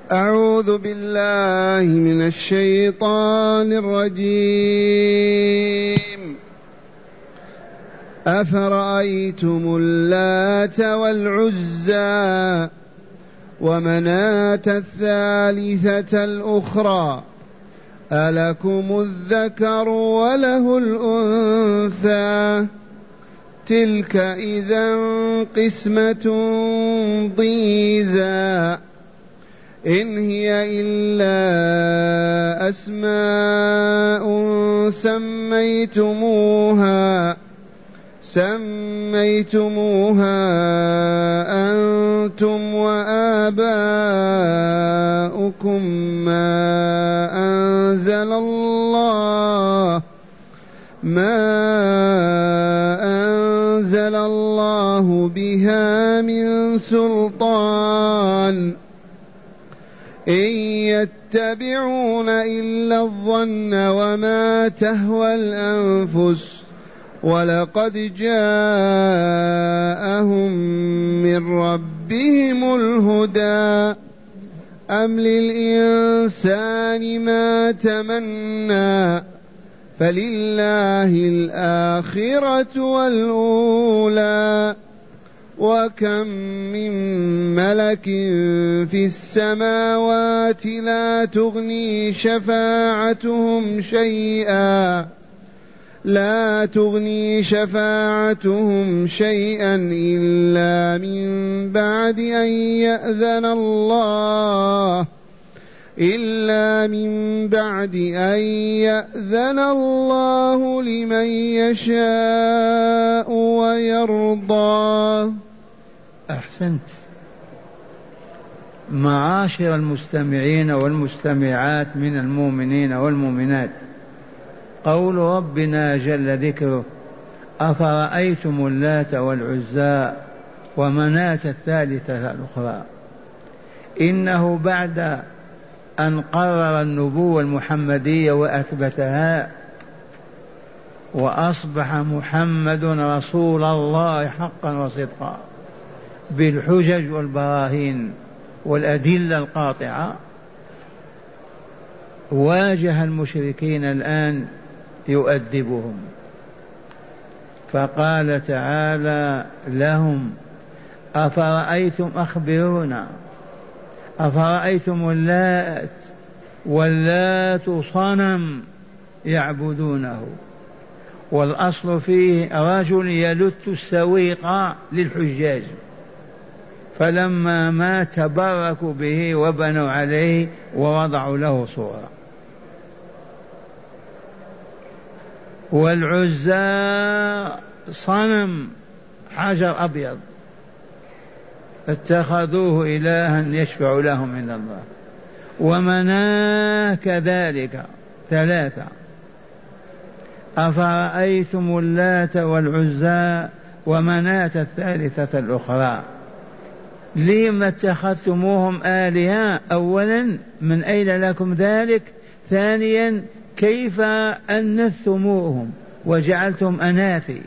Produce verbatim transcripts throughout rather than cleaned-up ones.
أعوذ بالله من الشيطان الرجيم. أفرأيتم اللات والعزى ومناة الثالثة الأخرى ألكم الذكر وله الأنثى تلك إذا قسمة ضيزى إن هي إلا أسماء سميتموها سميتموها أنتم وآباؤكم ما أنزل الله ما أنزل الله بها من سلطان إن يتبعون إلا الظن وما تهوى الأنفس ولقد جاءهم من ربهم الهدى أم للإنسان ما تمنى فلله الآخرة والأولى وكم من ملك في السماوات لا تغني شفاعتهم شيئا لا تغني شفاعتهم شيئا إلا من بعد أن يأذن الله إلا من بعد أن يأذن الله لمن يشاء ويرضى. أحسنت. معاشر المستمعين والمستمعات من المؤمنين والمؤمنات، قول ربنا جل ذكره: أفرأيتم اللات والعزى ومناة الثالثة الأخرى. إنه بعد أن قرر النبوة المحمدية وأثبتها وأصبح محمد رسول الله حقا وصدقا بالحجج والبراهين والأدلة القاطعة، واجه المشركين الآن يؤدبهم، فقال تعالى لهم: أفرأيتم أخبرونا أفرأيتم اللات واللات صنم يعبدونه، والأصل فيه رجل يلت السويق للحجاج، فلما مات تبركوا به وبنوا عليه ووضعوا له صورة. والعزى صنم حجر أبيض اتخذوه إلها يشفع لهم من الله. ومناه كذلك ثلاثة. أفرأيتم اللات والعزى ومناة الثالثة الأخرى. لما اتخذتموهم آلهة؟ أولا من أين لكم ذلك؟ ثانيا كيف أنثتموهم وجعلتم أناثي؟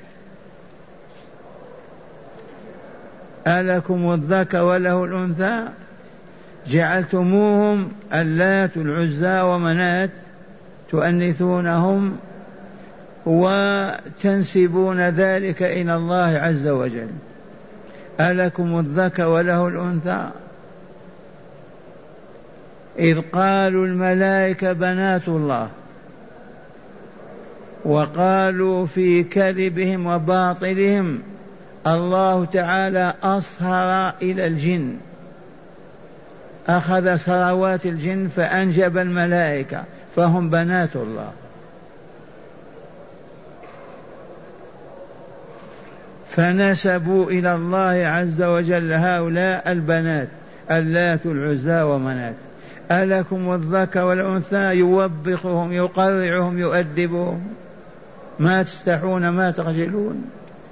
ألكم الذكر وله الأنثى؟ جعلتموهم اللات العزى ومناة تؤنثونهم وتنسبون ذلك إلى الله عز وجل. ألكم الذكر وله الأنثى؟ إذ قالوا الملائكة بنات الله، وقالوا في كذبهم وباطلهم الله تعالى أصهر إلى الجن، أخذ ثروات الجن فأنجب الملائكة فهم بنات الله. فنسبوا إلى الله عز وجل هؤلاء البنات اللات العزى ومنات. ألكم الذكر والأنثى؟ يوبخهم يقرعهم يؤدبهم، ما تستحون ما تخجلون.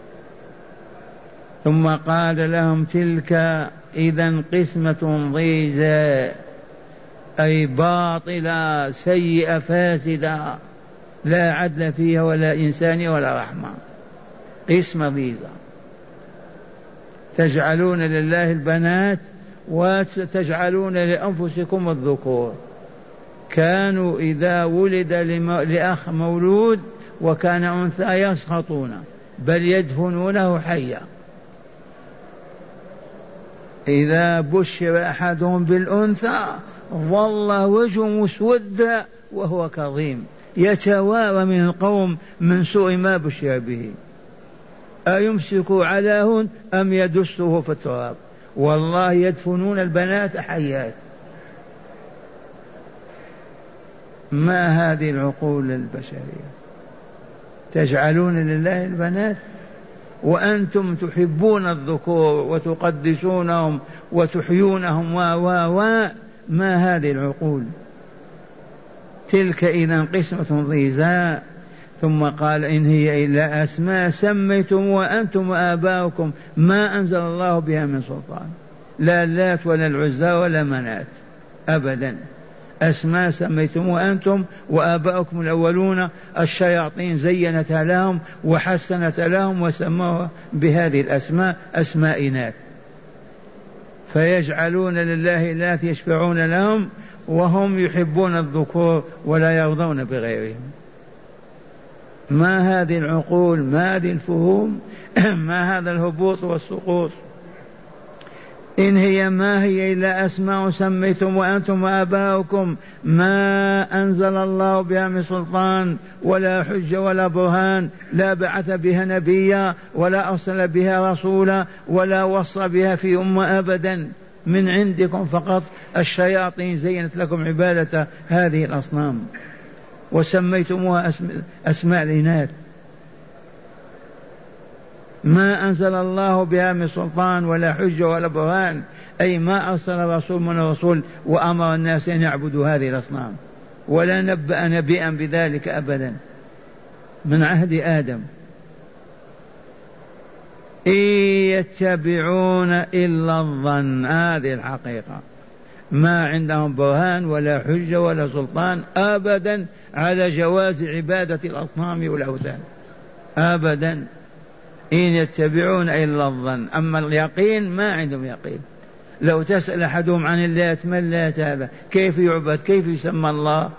ثم قال لهم: تلك إذا قسمة ضيزى، أي باطلة سيئة فاسدة لا عدل فيها ولا إنسان ولا رحمة. قسمة ضيزى، تجعلون لله البنات وتجعلون لأنفسكم الذكور. كانوا إذا ولد لأخ مولود وكان أنثى يسخطون بل يدفنونه حيا. إذا بشر أحدهم بالأنثى ظل وجهه مسودا وهو كظيم يتوارى من القوم من سوء ما بشر به. أيمسك على هن أم يدسه في التراب؟ والله يدفنون البنات حيات. ما هذه العقول البشرية؟ تجعلون لله البنات وأنتم تحبون الذكور وتقدسونهم وتحيونهم و و و ما هذه العقول؟ تلك إذا قسمة ضيزى. ثم قال إن هي إلا أسماء سميتم وأنتم وآباؤكم ما أنزل الله بها من سلطان، لا اللات ولا العزى ولا منات أبدا. أسماء سميتموها أنتم وآباؤكم الأولون، الشياطين زينتها لهم وحسنتها لهم وسموها بهذه الأسماء أسماء إناث، فيجعلون لله إناث يشفعون لهم وهم يحبون الذكور ولا يرضون بغيرهم. ما هذه العقول؟ ما هذه الفهوم؟ ما هذا الهبوط والسقوط؟ إن هي ما هي إلا أسماء سميتم وأنتم وآباؤكم ما أنزل الله بها من سلطان ولا حجة ولا برهان، لا بعث بها نبيا ولا أرسل بها رسولا ولا وصى بها في أمة أبدا، من عندكم فقط. الشياطين زينت لكم عبادة هذه الأصنام وسميتموها أسماء الإناث. ما أنزل الله بها من سلطان ولا حجة ولا برهان، أي ما أرسل رسول من الرسول وأمر الناس أن يعبدوا هذه الأصنام، ولا نبأ نبيا بذلك أبدا من عهد آدم. إن يتبعون إلا الظن، هذه الحقيقة، ما عندهم برهان ولا حجة ولا سلطان أبدا على جواز عبادة الأصنام والأوثان أبدا. إن يتبعون إلا الظن، أما اليقين ما عندهم يقين. لو تسأل أحدهم عن اللات، ما اللات هذا؟ كيف يعبد؟ كيف يسمى الله؟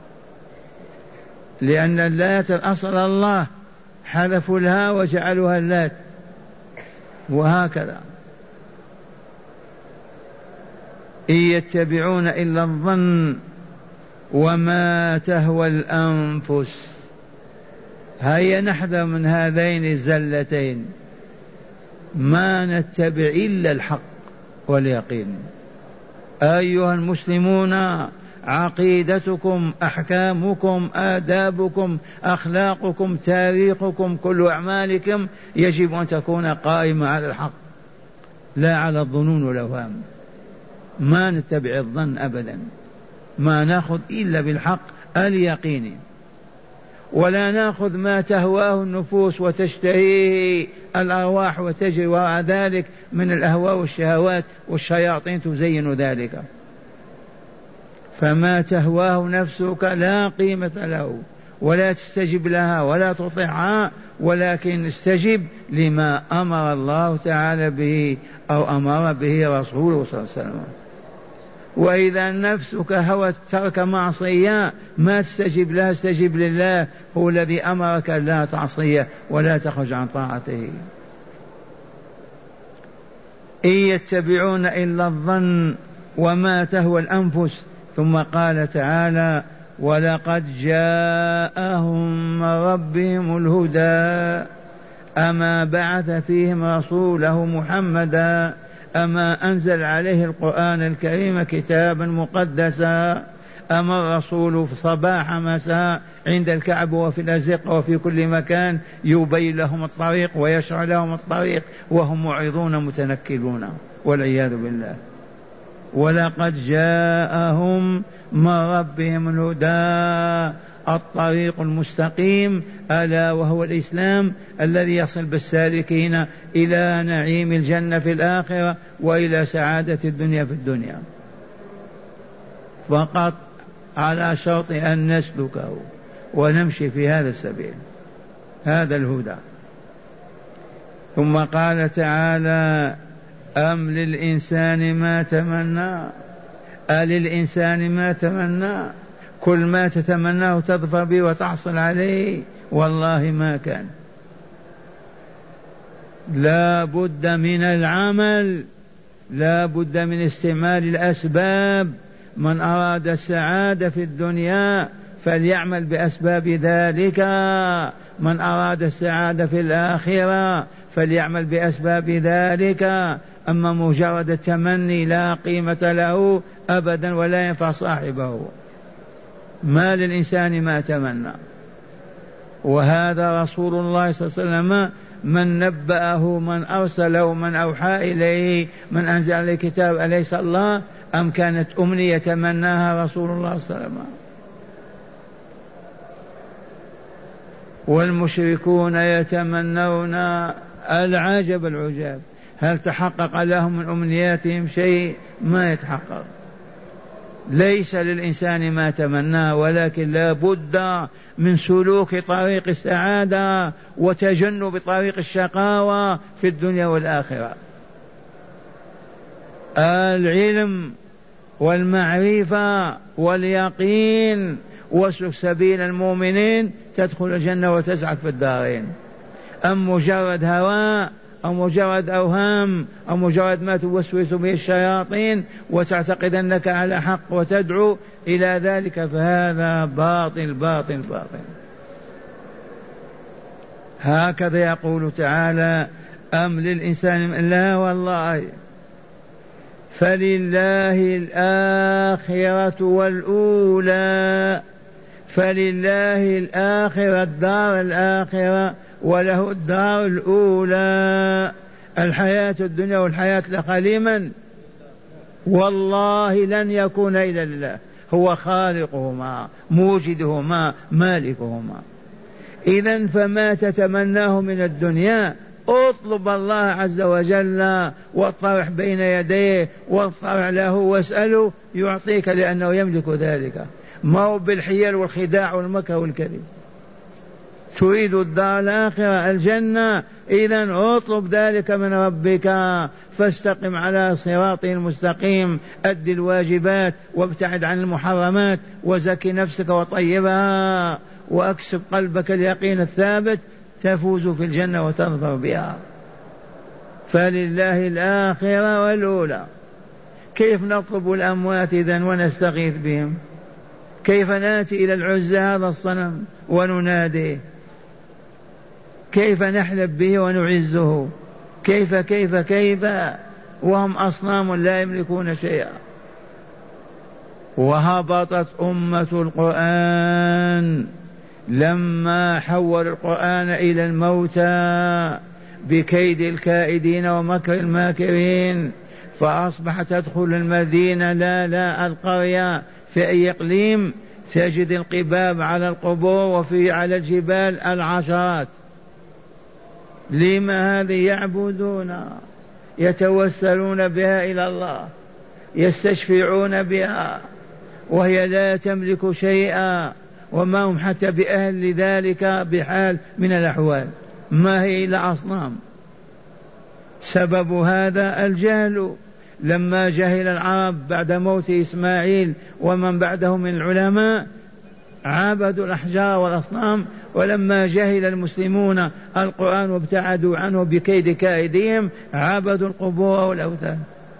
لأن اللات الأصل الله، حذفوا لها وجعلوها اللات، وهكذا. إن يتبعون إلا الظن وما تهوى الأنفس. هيا نحذر من هذين الزلتين، ما نتبع إلا الحق واليقين. أيها المسلمون، عقيدتكم، أحكامكم، آدابكم، أخلاقكم، تاريخكم، كل أعمالكم يجب أن تكون قائمة على الحق لا على الظنون والأوهام. ما نتبع الظن أبدا، ما نأخذ إلا بالحق اليقين، ولا نأخذ ما تهواه النفوس وتشتهيه الأرواح وتجري وراء ذلك من الأهواء والشهوات، والشياطين تزين ذلك. فما تهواه نفسك لا قيمة له، ولا تستجب لها ولا تطيعها، ولكن استجب لما أمر الله تعالى به أو أمر به رسوله صلى الله عليه وسلم. وإذا نفسك هوت ترك معصية ما تستجب لها، استجب لله، هو الذي أمرك لا تعصيه ولا تخرج عن طاعته. إن يتبعون إلا الظن وما تهوى الأنفس. ثم قال تعالى: ولقد جاءهم من ربهم الهدى أما بعث فيهم رسوله محمدا أما أنزل عليه القرآن الكريم كتابا مقدسا أما الرسول صباح مساء عند الكعب وفي الأزقة وفي كل مكان يبين لهم الطريق ويشرع لهم الطريق، وهم معرضون متنكلون والعياذ بالله. ولقد جاءهم من ربهم الهدى، الطريق المستقيم، ألا وهو الإسلام الذي يصل بالسالكين إلى نعيم الجنة في الآخرة وإلى سعادة الدنيا في الدنيا، فقط على شرط أن نسلكه ونمشي في هذا السبيل، هذا الهدى. ثم قال تعالى: أم للإنسان ما تمنى أللإنسان ما تمنى كل ما تتمناه تظفر به وتحصل عليه والله ما كان. لا بد من العمل، لا بد من استعمال الأسباب. من أراد السعادة في الدنيا فليعمل بأسباب ذلك، من أراد السعادة في الآخرة فليعمل بأسباب ذلك. أما مجرد التمني لا قيمة له أبدا ولا ينفع صاحبه. ما للإنسان ما تمنى. وهذا رسول الله صلى الله عليه وسلم من نبأه من أرسله من أوحى إليه من أنزل عليه كتاب أليس الله أم كانت أمنية يتمناها رسول الله صلى الله عليه وسلم؟ والمشركون يتمنون العجب العجاب، هل تحقق لهم من أمنياتهم شيء؟ ما يتحقق. ليس للإنسان ما تمنى، ولكن لا بد من سلوك طريق السعادة وتجنب طريق الشقاوة في الدنيا والآخرة. العلم والمعرفة واليقين واسلك سبيل المؤمنين تدخل الجنة وتسعد في الدارين. أم مجرد هواء أو مجرد أوهام أو مجرد ما توسوس به الشياطين وتعتقد أنك على حق وتدعو إلى ذلك، فهذا باطل باطل باطل. هكذا يقول تعالى أم للإنسان، لا والله فلله الآخرة والأولى، فلله الآخرة الدار الآخرة وله الدار الأولى. الحياة الدنيا والحياة الآخرة لمن؟ والله لن يكون إلا لله، هو خالقهما موجدهما مالكهما. إذن فما تتمناه من الدنيا اطلب الله عز وجل واطرح بين يديه واطرح له واسأله يعطيك، لأنه يملك ذلك، ما هو بالحيل والخداع والمكر والكذب. تريد الدار الآخرة الجنة، إذن اطلب ذلك من ربك، فاستقم على صراطه المستقيم، أد الواجبات وابتعد عن المحرمات وزكي نفسك وطيبها وأكسب قلبك اليقين الثابت، تفوز في الجنة وتظفر بها. فلله الآخرة والأولى. كيف نطلب الأموات إذن ونستغيث بهم؟ كيف نأتي إلى العزى هذا الصنم ونناديه؟ كيف نحلب به ونعزه؟ كيف كيف كيف وهم أصنام لا يملكون شيئا. وهبطت أمة القرآن لما حول القرآن إلى الموتى بكيد الكائدين ومكر الماكرين، فأصبحت تدخل المدينة لا لا القرية في أي إقليم تجد القباب على القبور وفي على الجبال العشرات. لما هذه؟ يعبدون يتوسلون بها إلى الله، يستشفعون بها وهي لا تملك شيئا، وما هم حتى بأهل لذلك بحال من الأحوال، ما هي إلا أصنام. سبب هذا الجهل. لما جهل العرب بعد موت إسماعيل ومن بعده من العلماء عبدوا الأحجار والأصنام، ولما جهل المسلمون القرآن وابتعدوا عنه بكيد كائدهم عبدوا القبور والأوثان.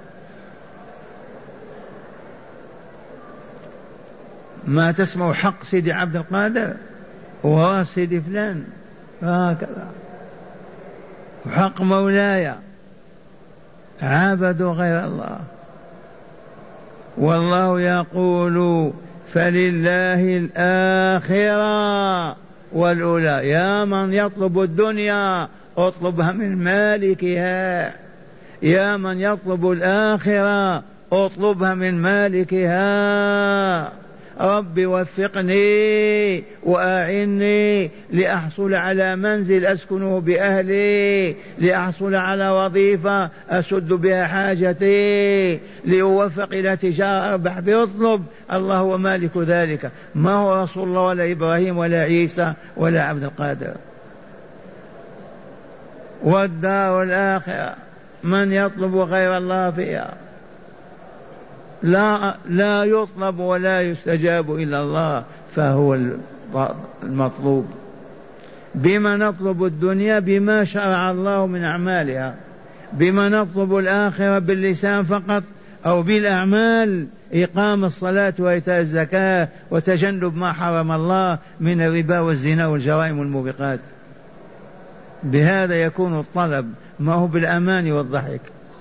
ما تسمع حق سيدي عبد القادر وراس سيدي فلان هكذا، حق مولاي، عبدوا غير الله. والله يقول فلله الآخرة والأولى. يا من يطلب الدنيا اطلبها من مالكها، يا من يطلب الآخرة اطلبها من مالكها. رب وفقني وأعني لأحصل على منزل أسكنه بأهلي، لأحصل على وظيفة أسد بها حاجتي، لأوفق إلى تجارة أربح بها. اطلب، الله هو مالك ذلك، ما هو رسول الله ولا إبراهيم ولا عيسى ولا عبد القادر. والدار الآخرة من يطلب غير الله فيها؟ لا لا يطلب ولا يستجاب إلا الله، فهو المطلوب. بما نطلب الدنيا؟ بما شرع الله من أعمالها. بما نطلب الآخرة؟ باللسان فقط أو بالأعمال؟ إقام الصلاة وإيتاء الزكاة وتجنب ما حرم الله من الربا والزنا والجرائم والموبقات. بهذا يكون الطلب، ما هو بالأمان والضحك.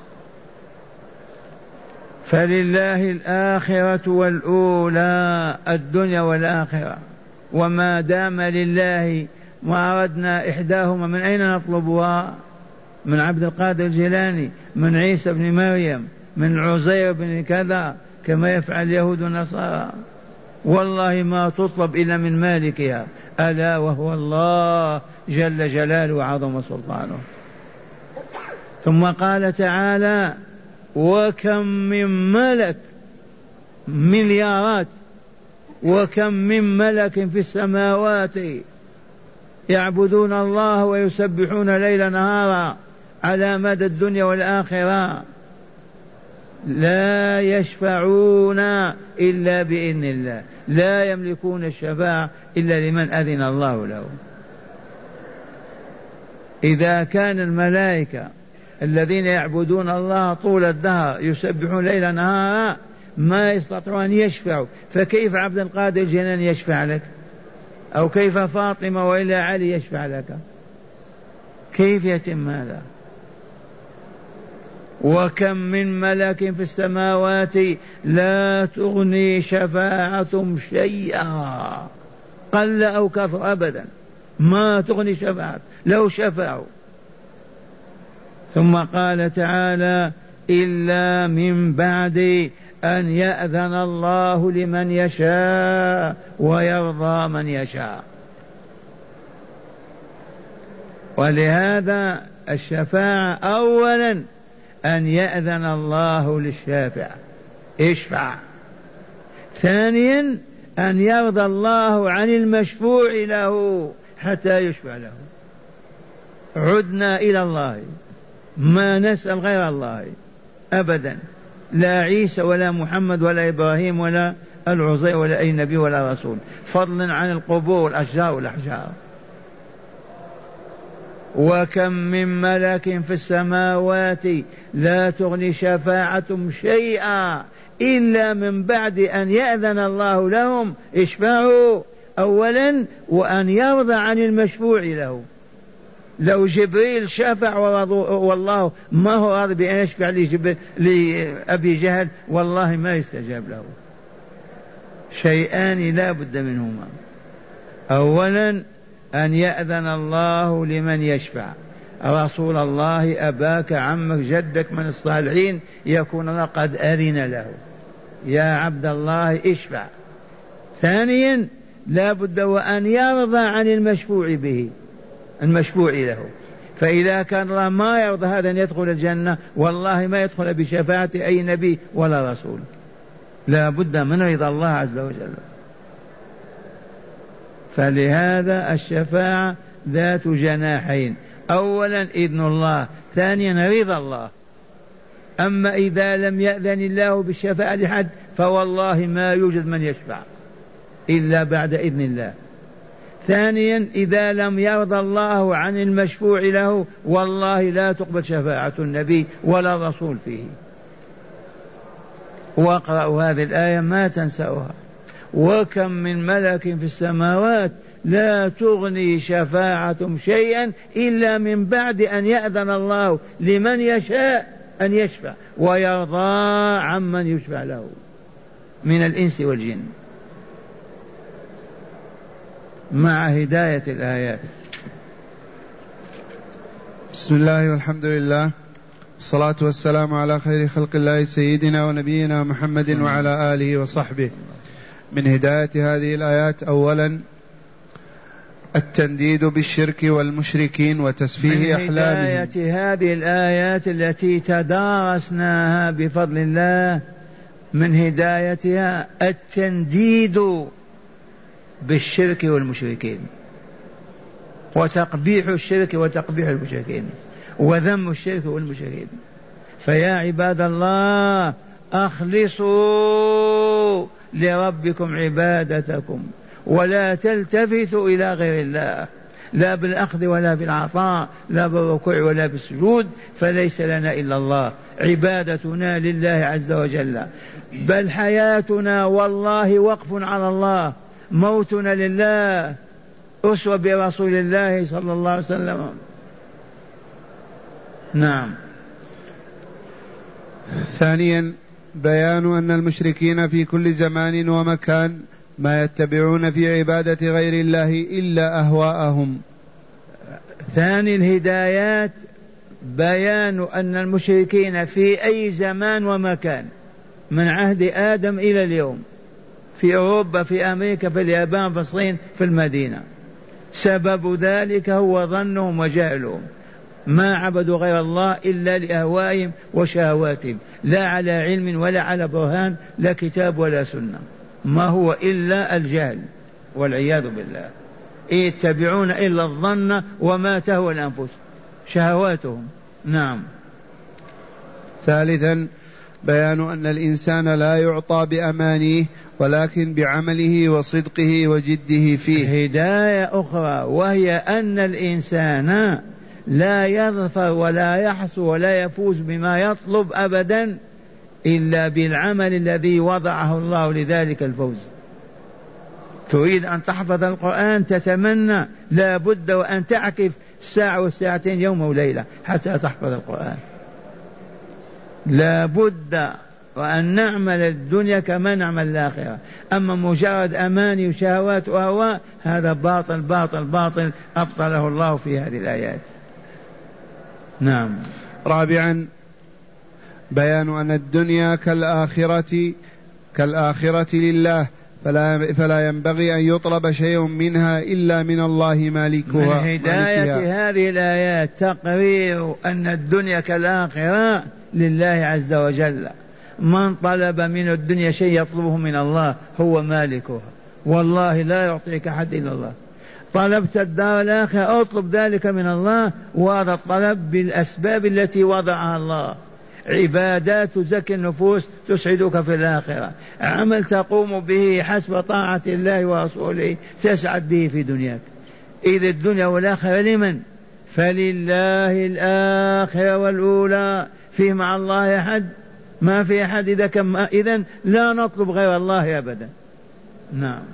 فلله الآخرة والأولى، الدنيا والآخرة، وما دام لله ما أردنا إحداهما من أين نطلبها؟ من عبد القادر الجيلاني، من عيسى بن مريم، من عزير بن كذا، كما يفعل اليهود والنصارى. والله ما تطلب إلا من مالكها، ألا وهو الله جل جلاله وعظم سلطانه. ثم قال تعالى: وكم من ملك، مليارات، وكم من ملك في السماوات يعبدون الله ويسبحون ليلا نهارا على مدى الدنيا والآخرة، لا يشفعون إلا بإذن الله، لا يملكون الشفاعة إلا لمن أذن الله له. إذا كان الملائكة الذين يعبدون الله طول الدهر يسبحون ليلا نهارا ما يستطيعون أن يشفعوا، فكيف عبد القادر الجيلاني يشفع لك؟ أو كيف فاطمة وإلا علي يشفع لك؟ كيف يتم هذا؟ وكم من ملك في السماوات لا تغني شفاعتهم شيئا، قل أو كثر، أبدا ما تغني شفاعة لو شفعوا. ثم قال تعالى: إلا من بعد أن يأذن الله لمن يشاء ويرضى من يشاء. ولهذا الشفاعة أولا أن يأذن الله للشافع اشفع. ثانيا أن يرضى الله عن المشفوع له حتى يشفع له. عدنا إلى الله، ما نسأل غير الله أبدا، لا عيسى ولا محمد ولا إبراهيم ولا العزير ولا أي نبي ولا رسول، فضلا عن القبور والأشجار والأحجار. وكم من ملك في السماوات لا تغني شفاعتهم شيئا إلا من بعد أن يأذن الله لهم اشفعوا أولا، وأن يرضى عن المشفوع له. لو جبريل شفع والله ما هو راضي بأن يشفع لأبي جهل، والله ما يستجاب له. شيئان لا بد منهما: أولا أن يأذن الله لمن يشفع، رسول الله، أباك، عمك، جدك من الصالحين، يكون الله قد أذن له، يا عبد الله اشفع. ثانيا لا بد وأن يرضى عن المشفوع به، المشفوع له. فإذا كان الله ما يرضى هذا أن يدخل الجنة، والله ما يدخل بشفاعة أي نبي ولا رسول. لا بد من رضا الله عز وجل. فلهذا الشفاعة ذات جناحين: أولا إذن الله، ثانيا رضا الله. أما إذا لم يأذن الله بالشفاعة لحد فوالله ما يوجد من يشفع إلا بعد إذن الله. ثانيا إذا لم يرضى الله عن المشفوع له والله لا تقبل شفاعة النبي ولا الرسول فيه. واقرأوا هذه الآية ما تنسوها: وكم من ملك في السماوات لا تغني شفاعتهم شيئا إلا من بعد أن يأذن الله لمن يشاء أن يشفع ويرضى عمن يشفع له من الإنس والجن، مع هداية الآيات. بسم الله والحمد لله، الصلاة والسلام على خير خلق الله سيدنا ونبينا محمد وعلى آله وصحبه. من هداية هذه الآيات: أولا التنديد بالشرك والمشركين وتسفيه أحلامهم. من هداية هذه الآيات التي تدارسناها بفضل الله، من هدايتها التنديد بالشرك والمشركين، وتقبيح الشرك وتقبيح المشركين، وذم الشرك والمشركين. فيا عباد الله أخلصوا لربكم عبادتكم ولا تلتفتوا إلى غير الله، لا بالأخذ ولا بالعطاء، لا بالركوع ولا بالسجود، فليس لنا إلا الله. عبادتنا لله عز وجل، بل حياتنا والله وقف على الله، موتنا لله، أسوة برسول الله صلى الله عليه وسلم. نعم. ثانيا بيان أن المشركين في كل زمان ومكان ما يتبعون في عبادة غير الله إلا أهواءهم. ثاني الهدايات بيان أن المشركين في أي زمان ومكان من عهد آدم إلى اليوم، في أوروبا، في أمريكا، في اليابان، في الصين، في المدينة، سبب ذلك هو ظنهم وجهلهم، ما عبدوا غير الله إلا لأهوائهم وشهواتهم، لا على علم ولا على برهان، لا كتاب ولا سنة، ما هو إلا الجهل والعياذ بالله. يتبعون إلا الظن وما تهوى الأنفس، شهواتهم. نعم. ثالثا بيان أن الإنسان لا يعطى بأمانيه ولكن بعمله وصدقه وجده فيه. هداية أخرى وهي أن الإنسان لا يظفر ولا يحصل ولا يفوز بما يطلب أبدا إلا بالعمل الذي وضعه الله لذلك الفوز. تريد أن تحفظ القرآن تتمنى، لا بد وأن تعكف ساعة وساعتين يوم وليلة حتى تحفظ القرآن، لا بد وأن نعمل الدنيا كما نعمل الآخرة. أما مجرد أماني وشهوات وأهواء هذا باطل باطل باطل أبطله الله في هذه الآيات. نعم. رابعا بيان أن الدنيا كالآخرة كالآخرة لله، فلا, فلا ينبغي أن يطلب شيء منها إلا من الله مالكها. من هداية هذه الآيات تقرير أن الدنيا كالآخرة لله عز وجل. من طلب من الدنيا شيء يطلبه من الله هو مالكها، والله لا يعطيك أحد إلا الله. طلبت الدار الآخرة اطلب ذلك من الله، وهذا الطلب بالأسباب التي وضعها الله. عبادات تزكي النفوس تسعدك في الآخرة، عمل تقوم به حسب طاعة الله ورسوله تسعد به في دنياك. إذ الدنيا والآخرة لمن؟ فلله الآخرة والأولى. في مع الله أحد؟ ما في أحد. إذا كم إذن لا نطلب غير الله أبدا. نعم.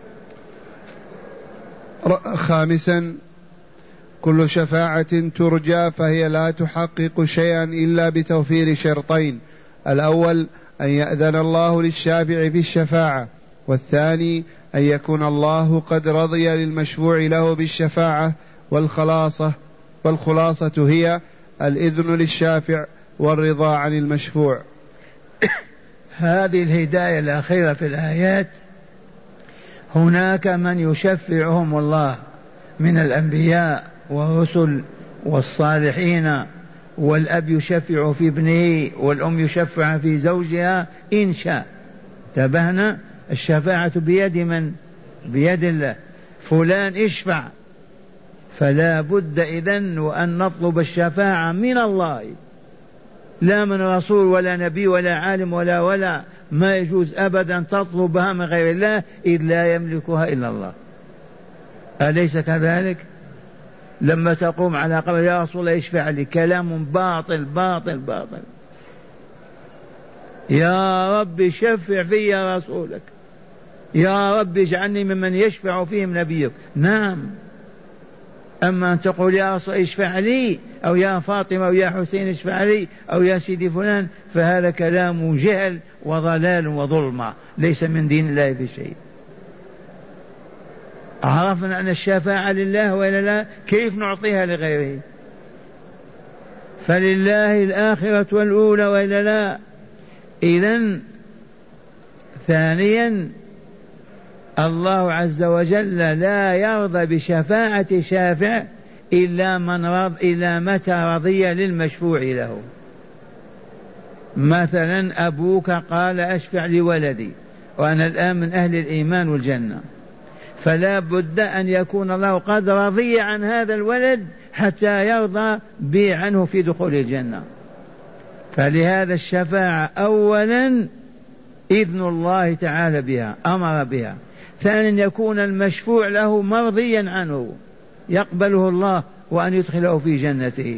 خامسا كل شفاعة ترجى فهي لا تحقق شيئا إلا بتوفير شرطين: الأول أن يأذن الله للشافع في الشفاعة، والثاني أن يكون الله قد رضي للمشفوع له بالشفاعة. والخلاصة والخلاصة هي الإذن للشافع والرضا عن المشفوع. هذه الهداية الأخيرة في الآيات. هناك من يشفعهم الله من الأنبياء والرسل والصالحين، والأب يشفع في ابنه والأم يشفع في زوجها إن شاء. تبهنا الشفاعة بيد من؟ بيد الله. فلان اشفع، فلا بد إذن وأن نطلب الشفاعة من الله، لا من رسول ولا نبي ولا عالم ولا ولا ما يجوز أبدا تطلبها من غير الله إذ لا يملكها إلا الله. أليس كذلك؟ لما تقوم على قبر يا رسول الله اشفع لي، كلام باطل باطل باطل. يا رب شفع في يا رسولك، يا رب اجعلني ممن يشفع فيهم نبيك. نعم. أما أن تقول يا رسول اشفع لي، أو يا فاطمة أو يا حسين اشفع لي، أو يا سيدي فلان، فهذا كلام جهل وضلال وظلمة، ليس من دين الله بشيء. عرفنا أن الشفاعة لله وإلا لا؟ كيف نعطيها لغيره؟ فلله الآخرة والأولى وإلا لا؟ إذن ثانيا الله عز وجل لا يرضى بشفاعة شافع إلا من رض إلا متى رضي للمشفوع له. مثلا أبوك قال أشفع لولدي وأنا الآن من أهل الإيمان والجنة، فلا بد أن يكون الله قد رضي عن هذا الولد حتى يرضى بي عنه في دخول الجنة. فلهذا الشفاعة أولا إذن الله تعالى بها، أمر بها. ثانيا يكون المشفوع له مرضيا عنه، يقبله الله وأن يدخله في جنته.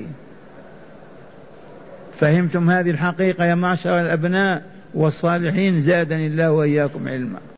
فهمتم هذه الحقيقة يا معشر الأبناء والصالحين؟ زادني الله وإياكم علما.